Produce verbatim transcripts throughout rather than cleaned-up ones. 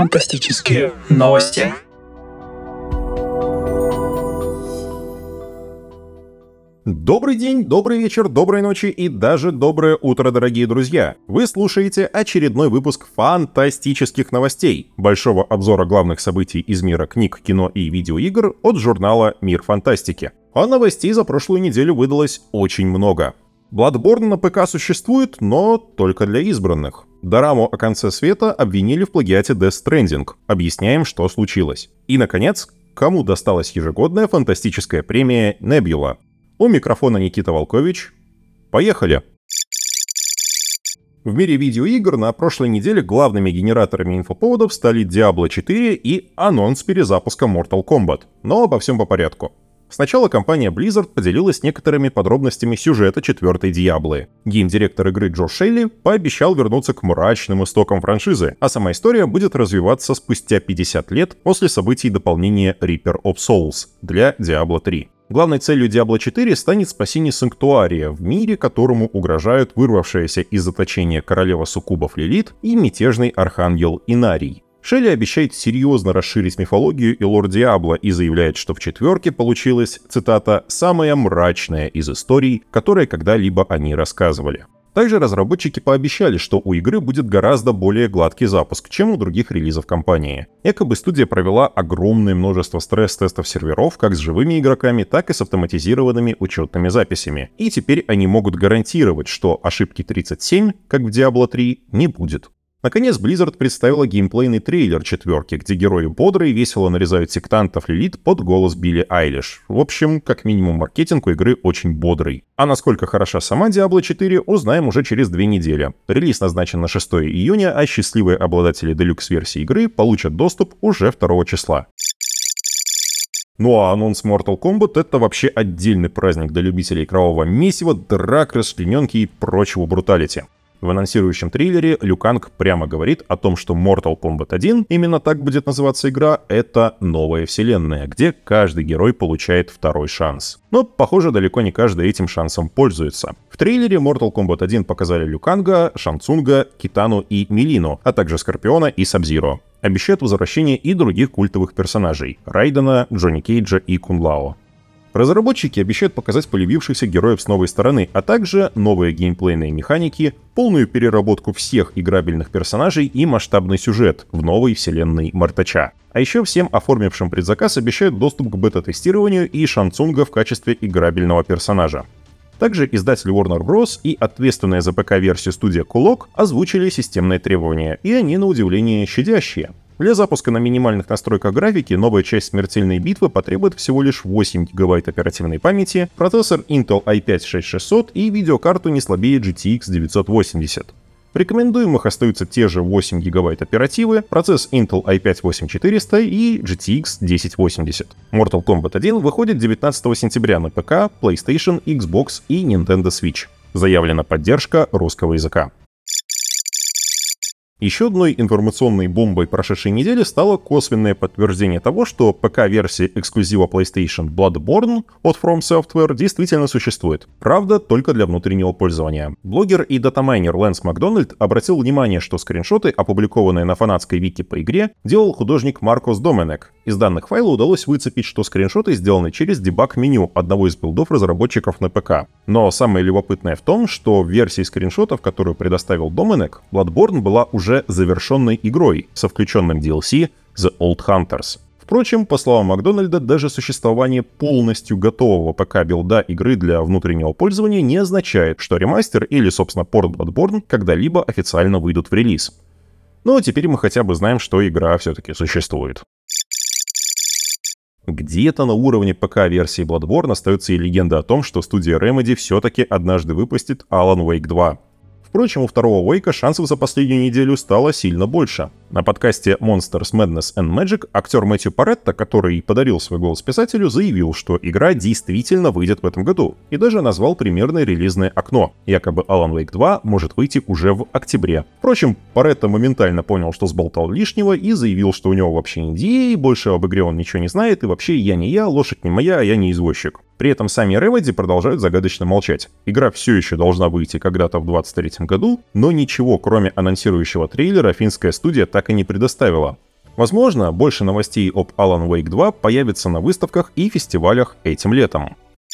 Фантастические новости. Добрый день, добрый вечер, доброй ночи и даже доброе утро, дорогие друзья! Вы слушаете очередной выпуск фантастических новостей, большого обзора главных событий из мира книг, кино и видеоигр от журнала «Мир фантастики». А новостей за прошлую неделю выдалось очень много. Bloodborne на ПК существует, но только для избранных. Дораму о конце света обвинили в плагиате Death Stranding. Объясняем, что случилось. И, наконец, кому досталась ежегодная фантастическая премия Nebula. У микрофона Никита Волкович. Поехали! В мире видеоигр на прошлой неделе главными генераторами инфоповодов стали Diablo четыре и анонс перезапуска Mortal Kombat. Но обо всем по порядку. Сначала компания Blizzard поделилась некоторыми подробностями сюжета четвертой Диаблы. Гейм-директор игры Джо Шелли пообещал вернуться к мрачным истокам франшизы, а сама история будет развиваться спустя пятьдесят лет после событий дополнения Reaper of Souls для Diablo три. Главной целью Diablo четыре станет спасение Санктуария в мире, которому угрожают вырвавшаяся из заточения королева суккубов Лилит и мятежный архангел Инарий. Шелли обещает серьезно расширить мифологию и лор Диабло и заявляет, что в четверке получилась, цитата, «самая мрачная из историй, которые когда-либо они рассказывали». Также разработчики пообещали, что у игры будет гораздо более гладкий запуск, чем у других релизов компании. Якобы студия провела огромное множество стресс-тестов серверов как с живыми игроками, так и с автоматизированными учетными записями. И теперь они могут гарантировать, что ошибки тридцать семь, как в Diablo три, не будет. Наконец, Blizzard представила геймплейный трейлер четверки, где герои бодро и весело нарезают сектантов Лилит под голос Билли Айлиш. В общем, как минимум маркетинг у игры очень бодрый. А насколько хороша сама Diablo четыре, узнаем уже через две недели. Релиз назначен на шестое июня, а счастливые обладатели делюкс-версии игры получат доступ уже второго числа. Ну а анонс Mortal Kombat — это вообще отдельный праздник для любителей кровавого месива, драк, расчлененки и прочего бруталити. В анонсирующем трейлере Лю Канг прямо говорит о том, что Mortal Kombat один, именно так будет называться игра, это новая вселенная, где каждый герой получает второй шанс. Но, похоже, далеко не каждый этим шансом пользуется. В трейлере Mortal Kombat один показали Лю Канга, Шан Цунга, Китану и Милину, а также Скорпиона и Саб-Зиро. Обещают возвращение и других культовых персонажей — Райдена, Джонни Кейджа и Кун Лао. Разработчики обещают показать полюбившихся героев с новой стороны, а также новые геймплейные механики, полную переработку всех играбельных персонажей и масштабный сюжет в новой вселенной Мартача. А еще всем оформившим предзаказ обещают доступ к бета-тестированию и Шан Цунга в качестве играбельного персонажа. Также издатель Warner Bros. И ответственная за ПК-версию студия Кулок озвучили системные требования, и они, на удивление, щадящие. Для запуска на минимальных настройках графики новая часть смертельной битвы потребует всего лишь восемь гигабайт оперативной памяти, процессор Intel ай пять шесть тысяч шестьсот и видеокарту не слабее джи ти экс девятьсот восемьдесят. В рекомендуемых остаются те же восемь гигабайт оперативы, процесс Intel ай пять восемь тысяч четыреста и джи ти экс десять восемьдесят. Mortal Kombat один выходит девятнадцатого сентября на ПК, PlayStation, Xbox и Nintendo Switch. Заявлена поддержка русского языка. Еще одной информационной бомбой прошедшей недели стало косвенное подтверждение того, что ПК-версия эксклюзива PlayStation Bloodborne от From Software действительно существует. Правда, только для внутреннего пользования. Блогер и датамайнер Лэнс Макдональд обратил внимание, что скриншоты, опубликованные на фанатской вики по игре, делал художник Маркос Доменек. Из данных файла удалось выцепить, что скриншоты сделаны через дебаг-меню одного из билдов разработчиков на ПК. Но самое любопытное в том, что в версии скриншотов, которую предоставил Доменек, Bloodborne была уже завершенной игрой со включенным ди эл си The Old Hunters. Впрочем, по словам Макдональда, даже существование полностью готового ПК-билда игры для внутреннего пользования не означает, что ремастер или, собственно, порт Bloodborne когда-либо официально выйдут в релиз. Но теперь мы хотя бы знаем, что игра все-таки существует. Где-то на уровне ПК-версии Bloodborne остается и легенда о том, что студия Remedy все-таки однажды выпустит Alan Wake два. Впрочем, у второго Wake шансов за последнюю неделю стало сильно больше. На подкасте Monsters, Madness and Magic актер Мэтью Паретто, который подарил свой голос писателю, заявил, что игра действительно выйдет в этом году, и даже назвал примерное релизное окно. Якобы Alan Wake два может выйти уже в октябре. Впрочем, Паретто моментально понял, что сболтал лишнего, и заявил, что у него вообще эн ди эй, больше об игре он ничего не знает, и вообще я не я, лошадь не моя, а я не извозчик. При этом сами Remedy продолжают загадочно молчать. Игра все еще должна выйти когда-то в двадцать третьем году, но ничего, кроме анонсирующего трейлера, финская студия так и не предоставила. Возможно, больше новостей об Alan Wake два появится на выставках и фестивалях этим летом.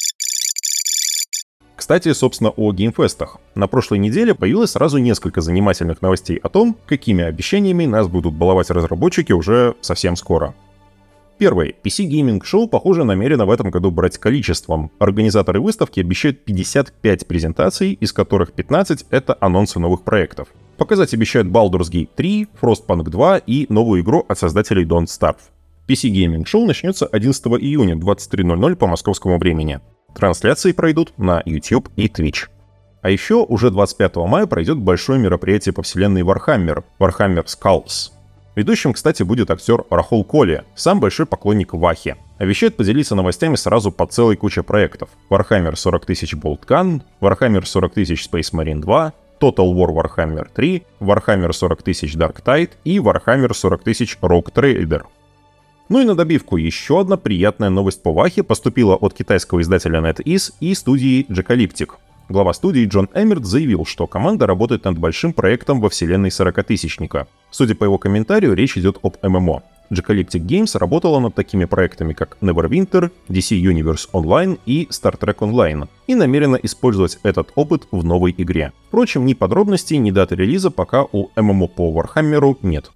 Кстати, собственно, о геймфестах. На прошлой неделе появилось сразу несколько занимательных новостей о том, какими обещаниями нас будут баловать разработчики уже совсем скоро. Первое. пи си Gaming Show, похоже, намерено в этом году брать количеством. Организаторы выставки обещают пятьдесят пять презентаций, из которых пятнадцать — это анонсы новых проектов. Показать обещают Baldur's Gate три, Frostpunk два и новую игру от создателей Don't Starve. пи си Gaming Show начнется одиннадцатого июня в двадцать три ноль ноль по московскому времени. Трансляции пройдут на YouTube и Twitch. А еще уже двадцать пятого мая пройдет большое мероприятие по вселенной Warhammer, Warhammer Skulls. Ведущим, кстати, будет актер Рахул Коли, сам большой поклонник Вахи. Обещает поделиться новостями сразу по целой куче проектов. Warhammer сорок тысяч Bolt Gun, Warhammer сорок тысяч Space Marine два, Total War Warhammer три, Warhammer сорок тысяч Dark Tide и Warhammer сорок тысяч Rogue Trader. Ну и на добивку еще одна приятная новость по Вахе поступила от китайского издателя NetEase и студии Jacalyptic. Глава студии Джон Эммерт заявил, что команда работает над большим проектом во вселенной сорокатысячника. Судя по его комментарию, речь идет об эм эм о. Jacalyptic Games работала над такими проектами, как Neverwinter, ди си Universe Online и Star Trek Online, и намерена использовать этот опыт в новой игре. Впрочем, ни подробностей, ни даты релиза пока у эм эм о по Warhammer нет.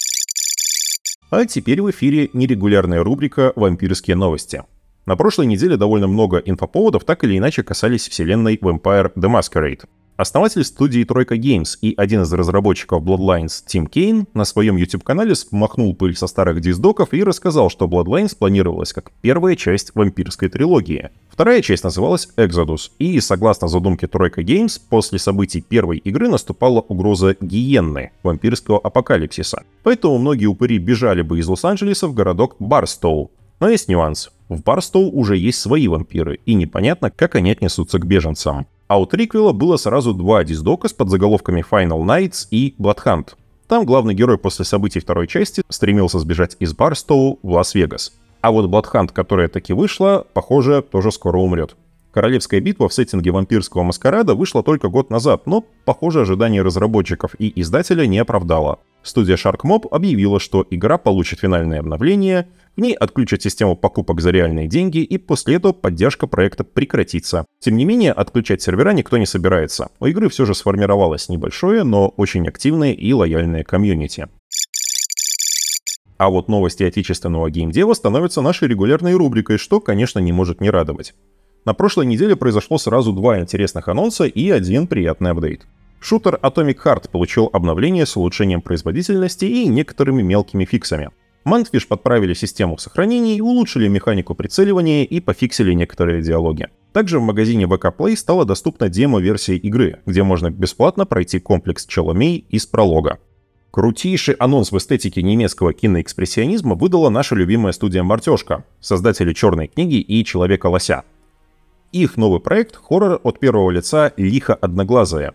А теперь в эфире нерегулярная рубрика «Вампирские новости». На прошлой неделе довольно много инфоповодов так или иначе касались вселенной Vampire the Masquerade. Основатель студии Тройка Games и один из разработчиков Bloodlines Тим Кейн на своем YouTube-канале смахнул пыль со старых диздоков и рассказал, что Bloodlines планировалась как первая часть вампирской трилогии. Вторая часть называлась Exodus, и, согласно задумке Тройка Games, после событий первой игры наступала угроза гиенны, вампирского апокалипсиса. Поэтому многие упыри бежали бы из Лос-Анджелеса в городок Барстоу. Но есть нюанс. В Барстоу уже есть свои вампиры, и непонятно, как они отнесутся к беженцам. А у триквела было сразу два диздока с подзаголовками Final Nights и Bloodhunt. Там главный герой после событий второй части стремился сбежать из Барстоу в Лас-Вегас. А вот Bloodhunt, которая таки вышла, похоже, тоже скоро умрет. Королевская битва в сеттинге вампирского маскарада вышла только год назад, но, похоже, ожидания разработчиков и издателя не оправдала. Студия SharkMob объявила, что игра получит финальное обновление, в ней отключат систему покупок за реальные деньги, и после этого поддержка проекта прекратится. Тем не менее, отключать сервера никто не собирается. У игры все же сформировалось небольшое, но очень активное и лояльное комьюнити. А вот новости отечественного геймдева становятся нашей регулярной рубрикой, что, конечно, не может не радовать. На прошлой неделе произошло сразу два интересных анонса и один приятный апдейт. Шутер Atomic Heart получил обновление с улучшением производительности и некоторыми мелкими фиксами. Mantfish подправили систему сохранений, улучшили механику прицеливания и пофиксили некоторые диалоги. Также в магазине ви кей Play стала доступна демо-версия игры, где можно бесплатно пройти комплекс Челомей из пролога. Крутейший анонс в эстетике немецкого киноэкспрессионизма выдала наша любимая студия Мартёшка, создатели «Черной книги» и «Человека-лося». Их новый проект — хоррор от первого лица «Лихо одноглазая».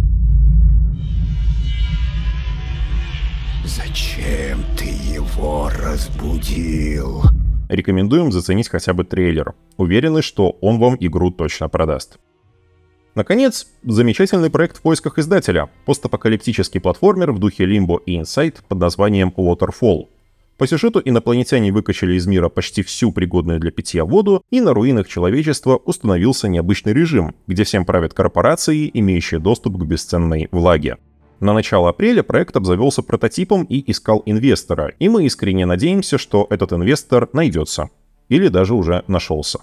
Зачем ты его разбудил? Рекомендуем заценить хотя бы трейлер. Уверены, что он вам игру точно продаст. Наконец, замечательный проект в поисках издателя. Постапокалиптический платформер в духе Limbo и Inside под названием Waterfall. По сюжету инопланетяне выкачали из мира почти всю пригодную для питья воду, и на руинах человечества установился необычный режим, где всем правят корпорации, имеющие доступ к бесценной влаге. На начало апреля проект обзавелся прототипом и искал инвестора, и мы искренне надеемся, что этот инвестор найдется. Или даже уже нашелся.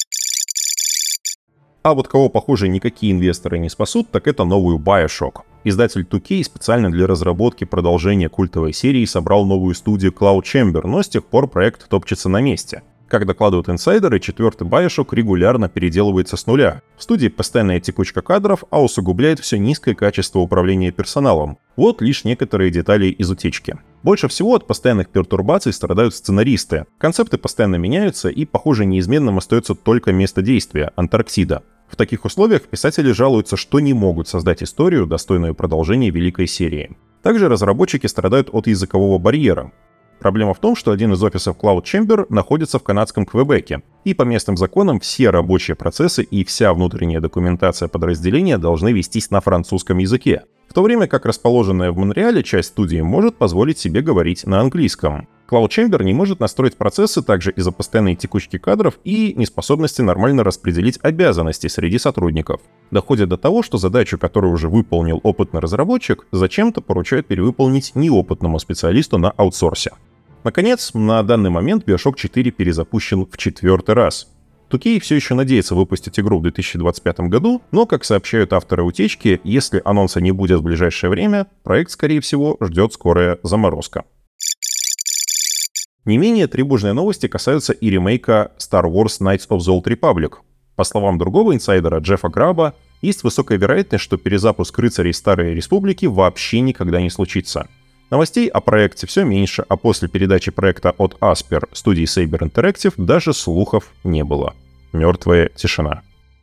А вот кого, похоже, никакие инвесторы не спасут, так это новую BioShock. Издатель ту кей специально для разработки продолжения культовой серии собрал новую студию Cloud Chamber, но с тех пор проект топчется на месте. Как докладывают инсайдеры, четвертый BioShock регулярно переделывается с нуля. В студии постоянная текучка кадров, а усугубляет все низкое качество управления персоналом. Вот лишь некоторые детали из утечки. Больше всего от постоянных пертурбаций страдают сценаристы. Концепты постоянно меняются, и, похоже, неизменным остается только место действия — Антарктида. В таких условиях писатели жалуются, что не могут создать историю, достойную продолжения великой серии. Также разработчики страдают от языкового барьера. Проблема в том, что один из офисов Cloud Chamber находится в канадском Квебеке, и по местным законам все рабочие процессы и вся внутренняя документация подразделения должны вестись на французском языке. В то время как расположенная в Монреале часть студии может позволить себе говорить на английском. Cloud Chamber не может настроить процессы также из-за постоянной текучки кадров и неспособности нормально распределить обязанности среди сотрудников. Доходит до того, что задачу, которую уже выполнил опытный разработчик, зачем-то поручают перевыполнить неопытному специалисту на аутсорсе. Наконец, на данный момент BioShock четыре перезапущен в четвертый раз. ту кей все еще надеется выпустить игру в две тысячи двадцать пятом году, но, как сообщают авторы утечки, если анонса не будет в ближайшее время, проект, скорее всего, ждет скорая заморозка. Не менее тревожные новости касаются и ремейка Star Wars Knights of the Old Republic. По словам другого инсайдера Джеффа Граба, есть высокая вероятность, что перезапуск рыцарей Старой Республики вообще никогда не случится. Новостей о проекте все меньше, а после передачи проекта от Asper студии Saber Interactive даже слухов не было. Мертвая тишина.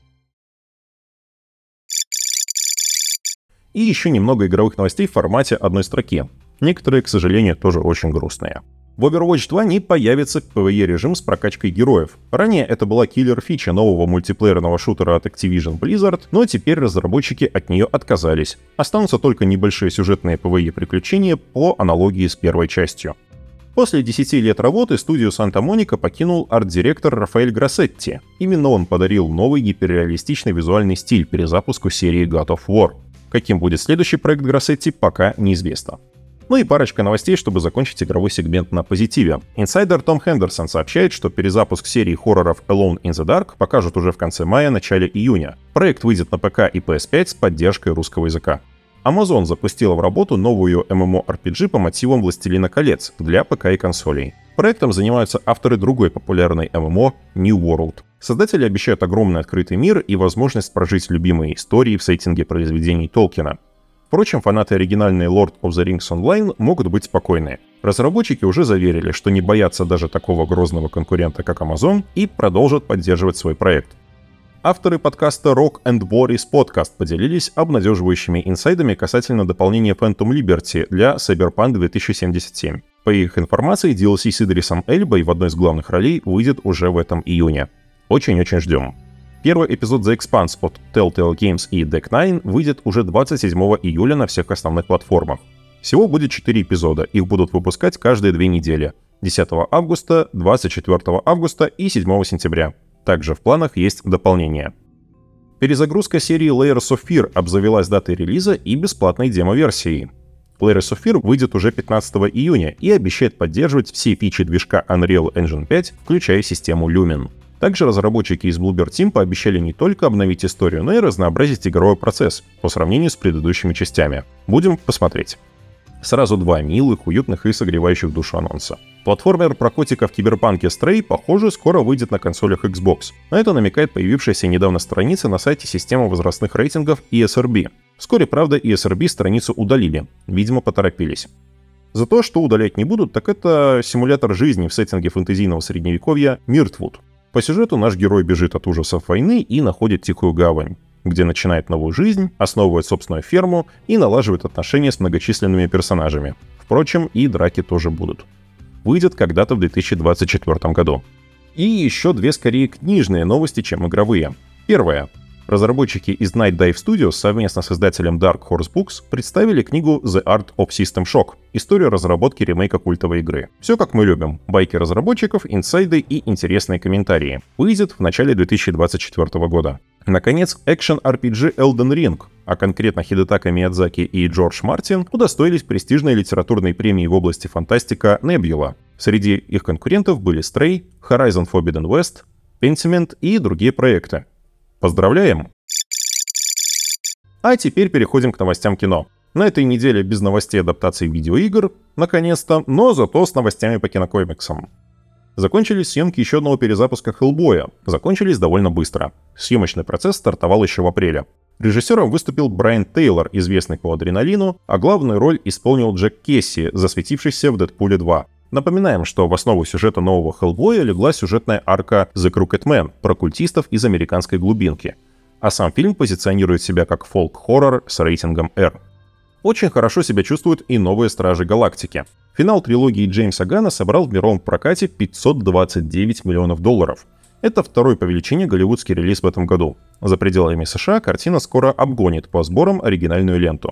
И еще немного игровых новостей в формате одной строки. Некоторые, к сожалению, тоже очень грустные. В Overwatch два не появится пи ви и-режим с прокачкой героев. Ранее это была киллер-фича нового мультиплеерного шутера от Activision Blizzard, но теперь разработчики от нее отказались. Останутся только небольшие сюжетные пи ви и-приключения по аналогии с первой частью. После десяти лет работы студию Санта-Моника покинул арт-директор Рафаэль Гроссетти. Именно он подарил новый гиперреалистичный визуальный стиль перезапуску серии God of War. Каким будет следующий проект Гроссетти, пока неизвестно. Ну и парочка новостей, чтобы закончить игровой сегмент на позитиве. Инсайдер Том Хендерсон сообщает, что перезапуск серии хорроров Alone in the Dark покажут уже в конце мая, начале июня. Проект выйдет на ПК и пи эс пять с поддержкой русского языка. Amazon запустила в работу новую эм эм о ар пи джи по мотивам «Властелина колец» для ПК и консолей. Проектом занимаются авторы другой популярной эм эм о New World. Создатели обещают огромный открытый мир и возможность прожить любимые истории в сеттинге произведений Толкина. Впрочем, фанаты оригинальной Lord of the Rings Online могут быть спокойны. Разработчики уже заверили, что не боятся даже такого грозного конкурента, как Amazon, и продолжат поддерживать свой проект. Авторы подкаста Rock and Boris Podcast поделились обнадеживающими инсайдами касательно дополнения Phantom Liberty для Cyberpunk две тысячи семьдесят семь. По их информации, ди эл си с Идрисом Эльбой в одной из главных ролей выйдет уже в этом июне. Очень-очень ждем. Первый эпизод The Expanse от Telltale Games и Deck найн выйдет уже двадцать седьмого июля на всех основных платформах. Всего будет четыре эпизода, их будут выпускать каждые две недели. десятого августа, двадцать четвёртого августа и седьмого сентября. Также в планах есть дополнение. Перезагрузка серии Layers of Fear обзавелась датой релиза и бесплатной демо-версией. Layers of Fear выйдет уже пятнадцатого июня и обещает поддерживать все фичи движка Unreal Engine пять, включая систему Lumen. Также разработчики из Bloober Team пообещали не только обновить историю, но и разнообразить игровой процесс по сравнению с предыдущими частями. Будем посмотреть. Сразу два милых, уютных и согревающих душу анонса. Платформер про котика в киберпанке Stray, похоже, скоро выйдет на консолях Xbox. На это намекает появившаяся недавно страница на сайте системы возрастных рейтингов и эс эр би. Вскоре, правда, и эс эр би страницу удалили. Видимо, поторопились. За то, что удалять не будут, так это симулятор жизни в сеттинге фэнтезийного средневековья Миртвуд. По сюжету наш герой бежит от ужасов войны и находит тихую гавань, где начинает новую жизнь, основывает собственную ферму и налаживает отношения с многочисленными персонажами. Впрочем, и драки тоже будут. Выйдет когда-то в две тысячи двадцать четвёртом году. И еще две скорее книжные новости, чем игровые. Первая. Разработчики из Night Dive Studios совместно с издателем Dark Horse Books представили книгу The Art of System Shock — историю разработки ремейка культовой игры. Все как мы любим. Байки разработчиков, инсайды и интересные комментарии. Выйдет в начале две тысячи двадцать четвёртого года. Наконец, экшен-ар пи джи Elden Ring, а конкретно Хидетака Миядзаки и Джордж Мартин, удостоились престижной литературной премии в области фантастика Nebula. Среди их конкурентов были Stray, Horizon Forbidden West, Pentiment и другие проекты. Поздравляем! А теперь переходим к новостям кино. На этой неделе без новостей адаптаций видеоигр, наконец-то, но зато с новостями по кинокомиксам. Закончились съемки еще одного перезапуска Хеллбоя. Закончились довольно быстро. Съемочный процесс стартовал еще в апреле. Режиссером выступил Брайан Тейлор, известный по «Адреналину», а главную роль исполнил Джек Кесси, засветившийся в «Дэдпуле два». Напоминаем, что в основу сюжета нового Хеллбоя легла сюжетная арка The Crooked Man про культистов из американской глубинки, а сам фильм позиционирует себя как фолк-хоррор с рейтингом эр. Очень хорошо себя чувствуют и новые Стражи Галактики. Финал трилогии Джеймса Ганна собрал в мировом прокате пятьсот двадцать девять миллионов долларов. Это второй по величине голливудский релиз в этом году. За пределами США картина скоро обгонит по сборам оригинальную ленту.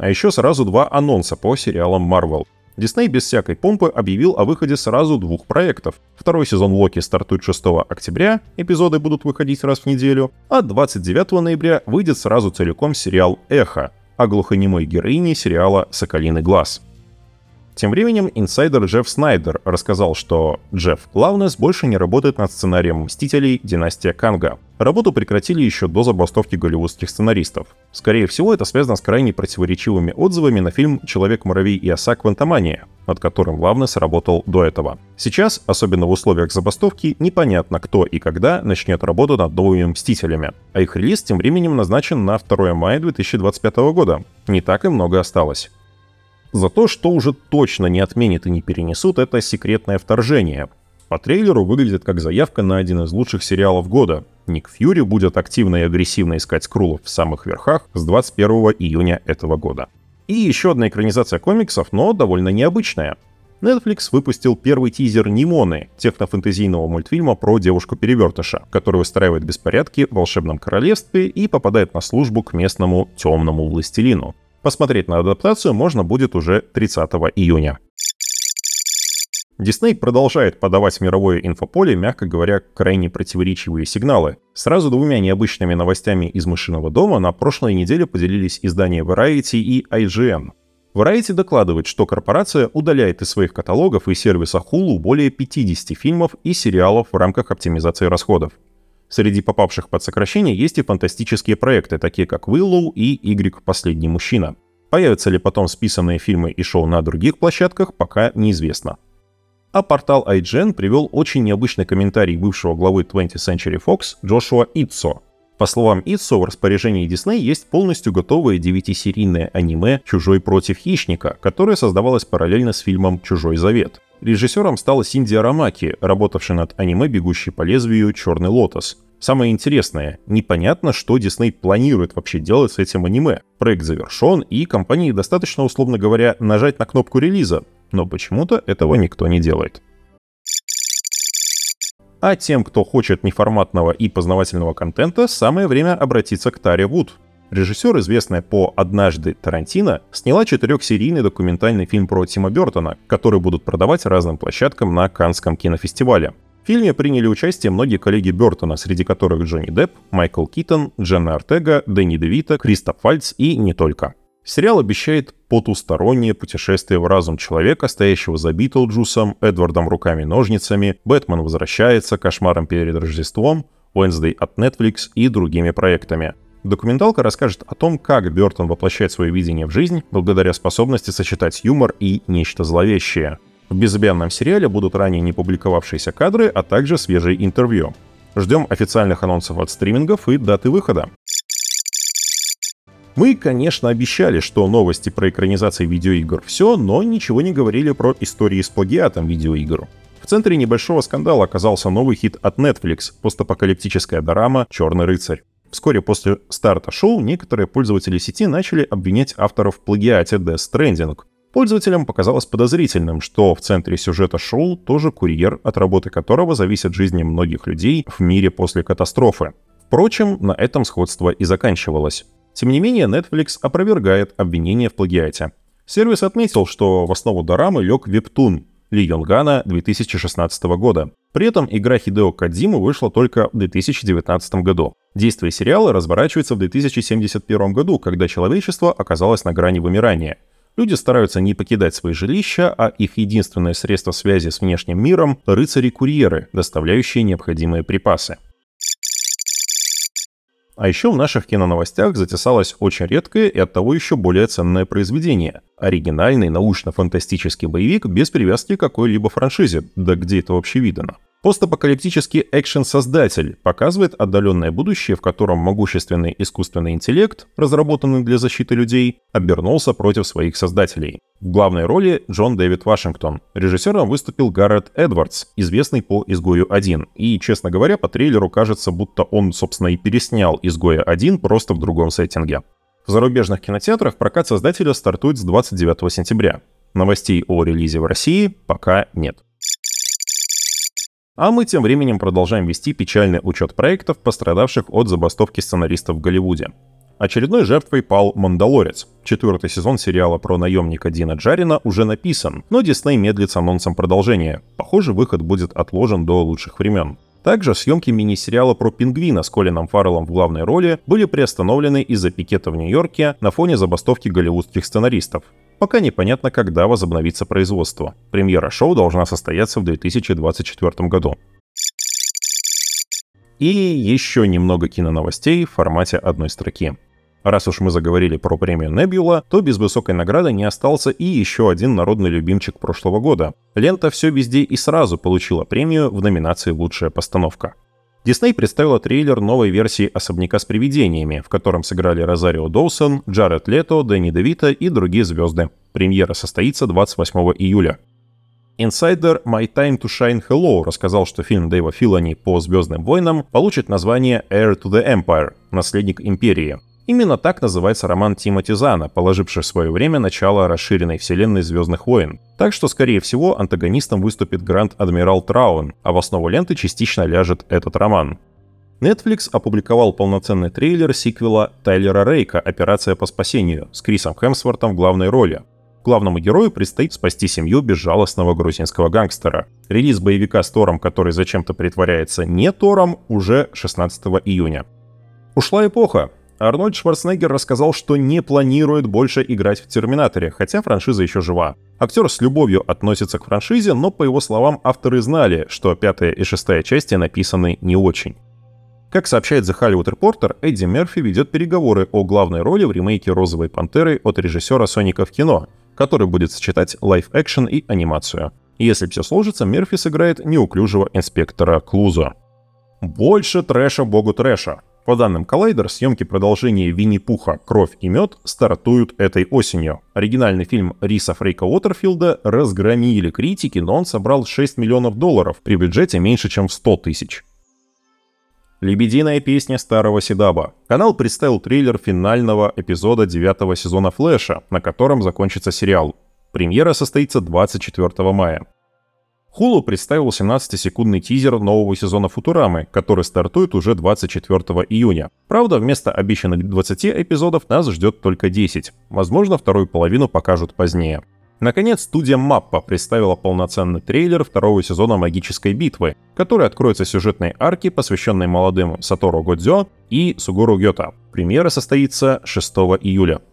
А еще сразу два анонса по сериалам Marvel. Дисней без всякой помпы объявил о выходе сразу двух проектов. Второй сезон Локи стартует шестого октября, эпизоды будут выходить раз в неделю, а двадцать девятого ноября выйдет сразу целиком сериал «Эхо» о глухонемой героине сериала «Соколиный глаз». Тем временем инсайдер Джефф Снайдер рассказал, что Джефф Лаунес больше не работает над сценарием «Мстителей. Династия Канга». Работу прекратили еще до забастовки голливудских сценаристов. Скорее всего, это связано с крайне противоречивыми отзывами на фильм «Человек-муравей и оса. Квантомания», над которым Лаунес работал до этого. Сейчас, особенно в условиях забастовки, непонятно, кто и когда начнет работу над новыми «Мстителями». А их релиз тем временем назначен на второе мая две тысячи двадцать пятого года. Не так и много осталось. За то, что уже точно не отменят и не перенесут, это «Секретное вторжение». По трейлеру выглядит как заявка на один из лучших сериалов года. Ник Фьюри будет активно и агрессивно искать скрулов в самых верхах с двадцать первого июня этого года. И еще одна экранизация комиксов, но довольно необычная. Netflix выпустил первый тизер «Нимоны» технофэнтезийного мультфильма про девушку-перевертыша, которая устраивает беспорядки в волшебном королевстве и попадает на службу к местному темному властелину. Посмотреть на адаптацию можно будет уже тридцатого июня. Дисней продолжает подавать в мировое инфополе, мягко говоря, крайне противоречивые сигналы. Сразу двумя необычными новостями из «Мышиного дома» на прошлой неделе поделились издания Variety и ай джи эн. Variety докладывает, что корпорация удаляет из своих каталогов и сервиса Hulu более пятидесяти фильмов и сериалов в рамках оптимизации расходов. Среди попавших под сокращение есть и фантастические проекты, такие как Willow и Y «Последний мужчина». Появятся ли потом списанные фильмы и шоу на других площадках, пока неизвестно. А портал ай джи эн привел очень необычный комментарий бывшего главы твentieth Century Fox Джошуа Итсо. По словам Итсо, в распоряжении Disney есть полностью готовое девятисерийное аниме «Чужой против хищника», которое создавалось параллельно с фильмом «Чужой завет». Режиссером стала Синди Арамаки, работавшая над аниме «Бегущий по лезвию. Черный лотос». Самое интересное, непонятно, что Disney планирует вообще делать с этим аниме. Проект завершен, и компании достаточно, условно говоря, нажать на кнопку релиза, но почему-то этого никто не делает. А тем, кто хочет неформатного и познавательного контента, самое время обратиться к Таре Вуд. Режиссер, известная по «Однажды Тарантино», сняла четырехсерийный документальный фильм про Тима Бёртона, который будут продавать разным площадкам на Каннском кинофестивале. В фильме приняли участие многие коллеги Бёртона, среди которых Джонни Депп, Майкл Китон, Дженна Ортега, Дэнни Девито, Кристоф Вальтз и не только. Сериал обещает потустороннее путешествие в разум человека, стоящего за Битлджусом, Эдвардом руками-ножницами, Бэтмен возвращается, Кошмаром перед Рождеством, Wednesday от Netflix и другими проектами. Документалка расскажет о том, как Бёртон воплощает свое видение в жизнь благодаря способности сочетать юмор и нечто зловещее. В безымянном сериале будут ранее не публиковавшиеся кадры, а также свежие интервью. Ждем официальных анонсов от стримингов и даты выхода. Мы, конечно, обещали, что новости про экранизации видеоигр все, но ничего не говорили про истории с плагиатом видеоигр. В центре небольшого скандала оказался новый хит от Netflix — постапокалиптическая дорама «Черный рыцарь». Вскоре после старта шоу некоторые пользователи сети начали обвинять авторов в плагиате Death Stranding. Пользователям показалось подозрительным, что в центре сюжета шоу тоже курьер, от работы которого зависят жизни многих людей в мире после катастрофы. Впрочем, на этом сходство и заканчивалось. Тем не менее, Netflix опровергает обвинения в плагиате. Сервис отметил, что в основу дорамы лег вебтун Ли Йонгана две тысячи шестнадцатого года. При этом игра Хидео Кодзимы вышла только в две тысячи девятнадцатом году. Действие сериала разворачивается в две тысячи семьдесят первом году, когда человечество оказалось на грани вымирания. Люди стараются не покидать свои жилища, а их единственное средство связи с внешним миром — рыцари-курьеры, доставляющие необходимые припасы. А еще в наших киноновостях затесалось очень редкое и оттого еще более ценное произведение. Оригинальный научно-фантастический боевик без привязки к какой-либо франшизе. Да где это вообще видано? Постапокалиптический экшен-создатель показывает отдаленное будущее, в котором могущественный искусственный интеллект, разработанный для защиты людей, обернулся против своих создателей. В главной роли Джон Дэвид Вашингтон. Режиссером выступил Гаррет Эдвардс, известный по «Изгою один». И, честно говоря, по трейлеру кажется, будто он, собственно, и переснял «Изгоя один», просто в другом сеттинге. В зарубежных кинотеатрах прокат создателя стартует с двадцать девятого сентября. Новостей о релизе в России пока нет. А мы тем временем продолжаем вести печальный учет проектов, пострадавших от забастовки сценаристов в Голливуде. Очередной жертвой пал «Мандалорец». Четвертый сезон сериала про наемника Дина Джарина уже написан, но Дисней медлит с анонсом продолжения. Похоже, выход будет отложен до лучших времен. Также съемки мини-сериала про пингвина с Колином Фарреллом в главной роли были приостановлены из-за пикета в Нью-Йорке на фоне забастовки голливудских сценаристов. Пока непонятно, когда возобновится производство. Премьера шоу должна состояться в две тысячи двадцать четвёртом году. И еще немного киноновостей в формате одной строки. Раз уж мы заговорили про премию Nebula, то без высокой награды не остался и еще один народный любимчик прошлого года. Лента «Все везде и сразу» получила премию в номинации «Лучшая постановка». Дисней представила трейлер новой версии «Особняка с привидениями», в котором сыграли Розарио Доусон, Джаред Лето, Дэнни Девито и другие звезды. Премьера состоится двадцать восьмого июля. Инсайдер My Time to Shine Hello рассказал, что фильм Дэйва Филони по «Звездным войнам» получит название Heir to the Empire – «Наследник империи». Именно так называется роман Тимоти Зана, положивший в свое время начало расширенной вселенной «Звездных войн». Так что, скорее всего, антагонистом выступит Гранд-адмирал Траун, а в основу ленты частично ляжет этот роман. Netflix опубликовал полноценный трейлер сиквела Тайлера Рейка «Операция по спасению» с Крисом Хемсвортом в главной роли. Главному герою предстоит спасти семью безжалостного грузинского гангстера. Релиз боевика с Тором, который зачем-то притворяется не Тором, уже шестнадцатого июня. Ушла эпоха. Арнольд Шварценеггер рассказал, что не планирует больше играть в «Терминаторе», хотя франшиза еще жива. Актер с любовью относится к франшизе, но, по его словам, авторы знали, что пятая и шестая части написаны не очень. Как сообщает The Hollywood Reporter, Эдди Мерфи ведет переговоры о главной роли в ремейке «Розовой пантеры» от режиссера «Соника в кино», который будет сочетать лайв-экшен и анимацию. И если все сложится, Мерфи сыграет неуклюжего инспектора Клузо. Больше трэша богу трэша. По данным Collider, съемки продолжения «Винни-Пуха. Кровь и мед» стартуют этой осенью. Оригинальный фильм Риса Фрейка Уотерфилда разгромили критики, но он собрал шесть миллионов долларов при бюджете меньше, чем в сто тысяч. Лебединая песня старого Седаба. Канал представил трейлер финального эпизода девятого сезона Флэша, на котором закончится сериал. Премьера состоится двадцать четвёртого мая. Hulu представил семнадцатисекундный тизер нового сезона Футурамы, который стартует уже двадцать четвёртого июня. Правда, вместо обещанных двадцати эпизодов нас ждет только десять. Возможно, вторую половину покажут позднее. Наконец, студия Маппа представила полноценный трейлер второго сезона «Магической битвы», который откроется сюжетной арки, посвященной молодым Сатору Годзё и Сугуру Гёта. Премьера состоится шестого июля.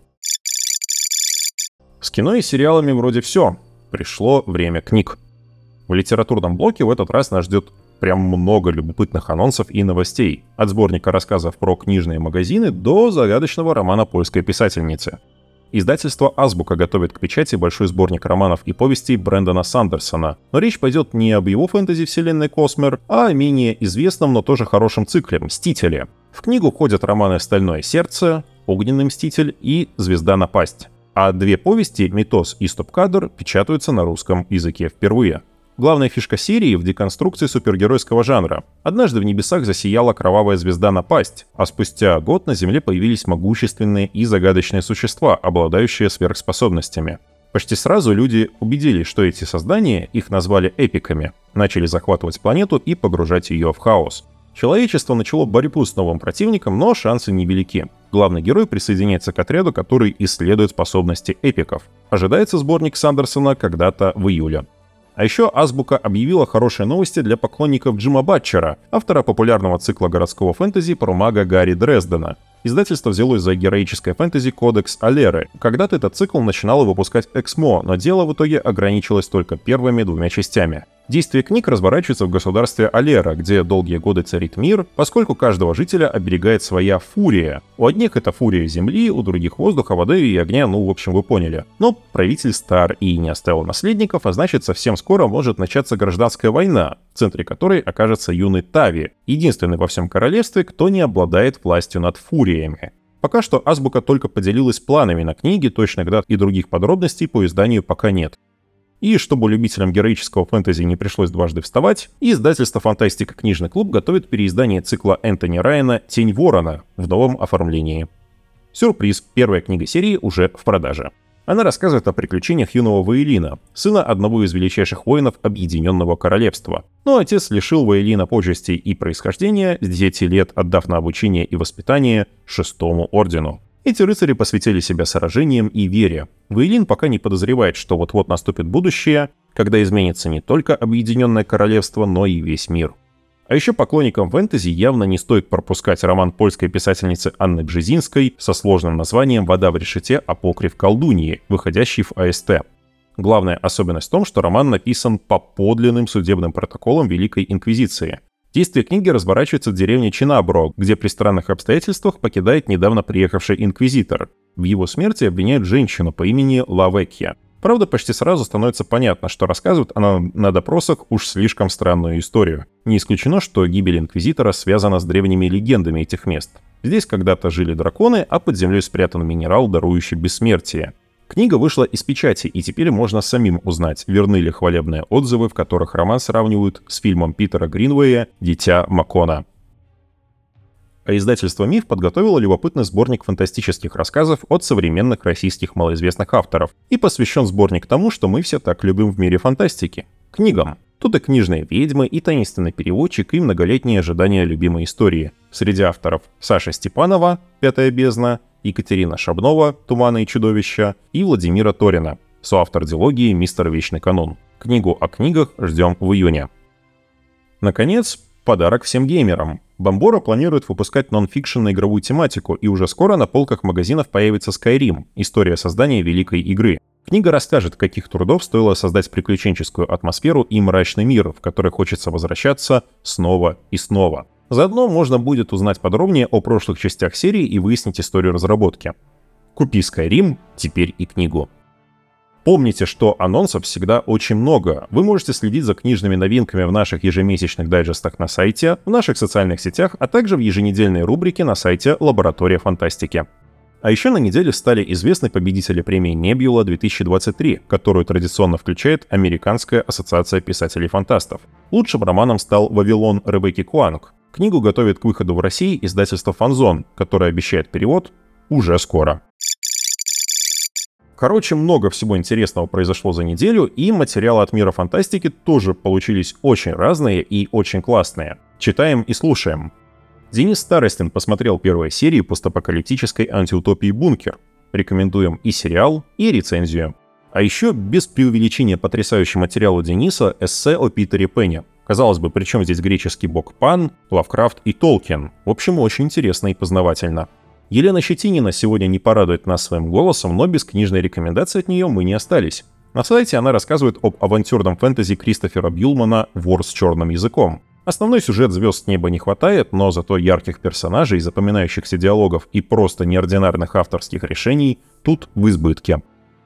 С кино и сериалами вроде все. Пришло время книг. В литературном блоке в этот раз нас ждет прям много любопытных анонсов и новостей. От сборника рассказов про книжные магазины до загадочного романа польской писательницы. Издательство «Азбука» готовит к печати большой сборник романов и повестей Брэндона Сандерсона. Но речь пойдет не об его фэнтези-вселенной Космер, а о менее известном, но тоже хорошем цикле «Мстители». В книгу входят романы «Стальное сердце», «Огненный мститель» и «Звезда напасть». А две повести «Митос» и «Стоп-кадр» печатаются на русском языке впервые. Главная фишка серии в деконструкции супергеройского жанра. Однажды в небесах засияла кровавая звезда напасть, а спустя год на Земле появились могущественные и загадочные существа, обладающие сверхспособностями. Почти сразу люди убедились, что эти создания, их назвали эпиками, начали захватывать планету и погружать ее в хаос. Человечество начало борьбу с новым противником, но шансы невелики. Главный герой присоединяется к отряду, который исследует способности эпиков. Ожидается сборник Сандерсона когда-то в июле. А еще Азбука объявила хорошие новости для поклонников Джима Батчера, автора популярного цикла городского фэнтези про мага Гарри Дрездена. Издательство взялось за героическое фэнтези «Кодекс Алеры». Когда-то этот цикл начинало выпускать Эксмо, но дело в итоге ограничилось только первыми двумя частями. Действие книг разворачивается в государстве Алера, где долгие годы царит мир, поскольку каждого жителя оберегает своя фурия. У одних это фурия земли, у других воздуха, воды и огня, ну, в общем, вы поняли. Но правитель стар и не оставил наследников, а значит, совсем скоро может начаться гражданская война, в центре которой окажется юный Тави, единственный во всем королевстве, кто не обладает властью над фуриями. Пока что Азбука только поделилась планами на книги, точных дат и других подробностей по изданию пока нет. И чтобы любителям героического фэнтези не пришлось дважды вставать, издательство «Фантастика. Книжный клуб» готовит переиздание цикла Энтони Райана «Тень ворона» в новом оформлении. Сюрприз, первая книга серии уже в продаже. Она рассказывает о приключениях юного Ваелина, сына одного из величайших воинов Объединенного Королевства. Но отец лишил Ваелина почестей и происхождения, с десяти лет отдав на обучение и воспитание Шестому Ордену. Эти рыцари посвятили себя сражениям и вере. Вейлин пока не подозревает, что вот-вот наступит будущее, когда изменится не только Объединенное Королевство, но и весь мир. А еще поклонникам фэнтези явно не стоит пропускать роман польской писательницы Анны Бжезинской со сложным названием «Вода в решете. Апокриф колдуньи», выходящий в а эс тэ. Главная особенность в том, что роман написан по подлинным судебным протоколам Великой Инквизиции. Действие книги разворачивается в деревне Чинабро, где при странных обстоятельствах покидает недавно приехавший инквизитор. В его смерти обвиняют женщину по имени Лавекья. Правда, почти сразу становится понятно, что рассказывает она на допросах уж слишком странную историю. Не исключено, что гибель инквизитора связана с древними легендами этих мест. Здесь когда-то жили драконы, а под землей спрятан минерал, дарующий бессмертие. Книга вышла из печати, и теперь можно самим узнать, верны ли хвалебные отзывы, в которых роман сравнивают с фильмом Питера Гринвея «Дитя Макона». А издательство «Миф» подготовило любопытный сборник фантастических рассказов от современных российских малоизвестных авторов и посвящен сборник тому, что мы все так любим в мире фантастики — книгам. Тут и книжные ведьмы, и таинственный переводчик, и многолетние ожидания любимой истории. Среди авторов Саша Степанова «Пятая бездна», Екатерина Шабнова «Туманы и чудовища» и Владимира Торина, соавтор дилогии «Мистер Вечный канун». Книгу о книгах ждем в июне. Наконец, подарок всем геймерам. Бамбора планирует выпускать нон-фикшн на игровую тематику, и уже скоро на полках магазинов появится Skyrim — история создания великой игры. Книга расскажет, каких трудов стоило создать приключенческую атмосферу и мрачный мир, в который хочется возвращаться снова и снова. Заодно можно будет узнать подробнее о прошлых частях серии и выяснить историю разработки. Купи Skyrim, теперь и книгу. Помните, что анонсов всегда очень много. Вы можете следить за книжными новинками в наших ежемесячных дайджестах на сайте, в наших социальных сетях, а также в еженедельной рубрике на сайте «Лаборатория фантастики». А еще на неделе стали известны победители премии Nebula две тысячи двадцать три, которую традиционно включает Американская ассоциация писателей-фантастов. Лучшим романом стал «Вавилон» Ребекки Куанг. Книгу готовит к выходу в России издательство «Фанзон», которое обещает перевод уже скоро. Короче, много всего интересного произошло за неделю, и материалы от мира фантастики тоже получились очень разные и очень классные. Читаем и слушаем. Денис Старостин посмотрел первые серии постапокалиптической антиутопии «Бункер». Рекомендуем и сериал, и рецензию. А еще, без преувеличения потрясающий материал у Дениса, эссе о Питере Пэне. Казалось бы, при чем здесь греческий бог Пан, Лавкрафт и Толкин? В общем, очень интересно и познавательно. Елена Щетинина сегодня не порадует нас своим голосом, но без книжной рекомендации от нее мы не остались. На сайте она рассказывает об авантюрном фэнтези Кристофера Бьюлмана «Вор с черным языком». Основной сюжет звезд с неба не хватает, но зато ярких персонажей, запоминающихся диалогов и просто неординарных авторских решений тут в избытке.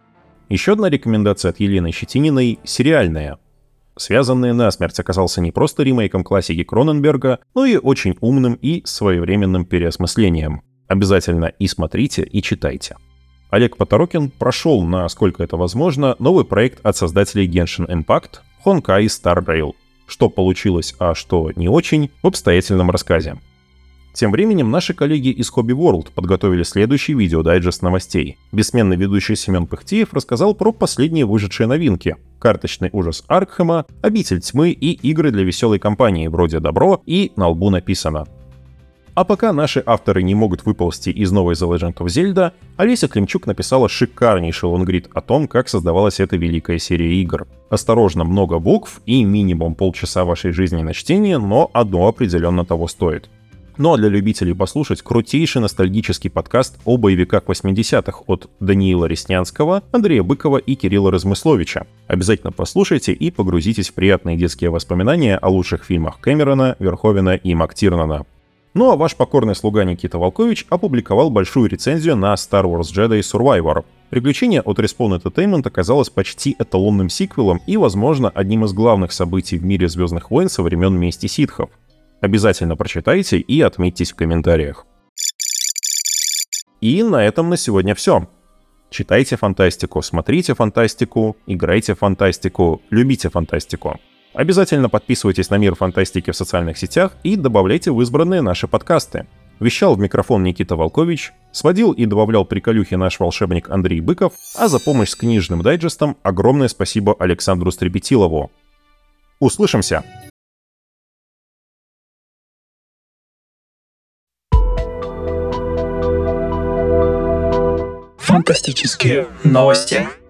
Еще одна рекомендация от Елены Щетининой — сериальная. «Связанные насмерть» оказался не просто ремейком классики Кроненберга, но и очень умным и своевременным переосмыслением. Обязательно и смотрите, и читайте. Олег Поторокин прошел, насколько это возможно, новый проект от создателей Genshin Impact Honkai Star Rail. Что получилось, а что не очень, в обстоятельном рассказе. Тем временем наши коллеги из Hobby World подготовили следующий видеодайджест новостей. Бессменный ведущий Семен Пыхтиев рассказал про последние выжившие новинки: карточный ужас Аркхема, Обитель тьмы и игры для веселой компании вроде Добро и На лбу написано. А пока наши авторы не могут выползти из новой The Legend of Zelda, Олеся Климчук написала шикарнейший лонгрид о том, как создавалась эта великая серия игр. Осторожно, много букв и минимум полчаса вашей жизни на чтение, но одно определенно того стоит. Ну а для любителей послушать крутейший ностальгический подкаст о боевиках восьмидесятых от Даниила Реснянского, Андрея Быкова и Кирилла Размысловича. Обязательно послушайте и погрузитесь в приятные детские воспоминания о лучших фильмах Кэмерона, Верховена и МакТирнана. Ну а ваш покорный слуга Никита Волкович опубликовал большую рецензию на Star Wars Jedi Survivor. Приключение от Respawn Entertainment оказалось почти эталонным сиквелом и, возможно, одним из главных событий в мире Звездных войн со времен Мести ситхов. Обязательно прочитайте и отметьтесь в комментариях. И на этом на сегодня все. Читайте фантастику, смотрите фантастику, играйте в фантастику, любите фантастику. Обязательно подписывайтесь на Мир Фантастики в социальных сетях и добавляйте в избранные наши подкасты. Вещал в микрофон Никита Волкович, сводил и добавлял приколюхи наш волшебник Андрей Быков, а за помощь с книжным дайджестом огромное спасибо Александру Стрепетилову. Услышимся! Фантастические новости.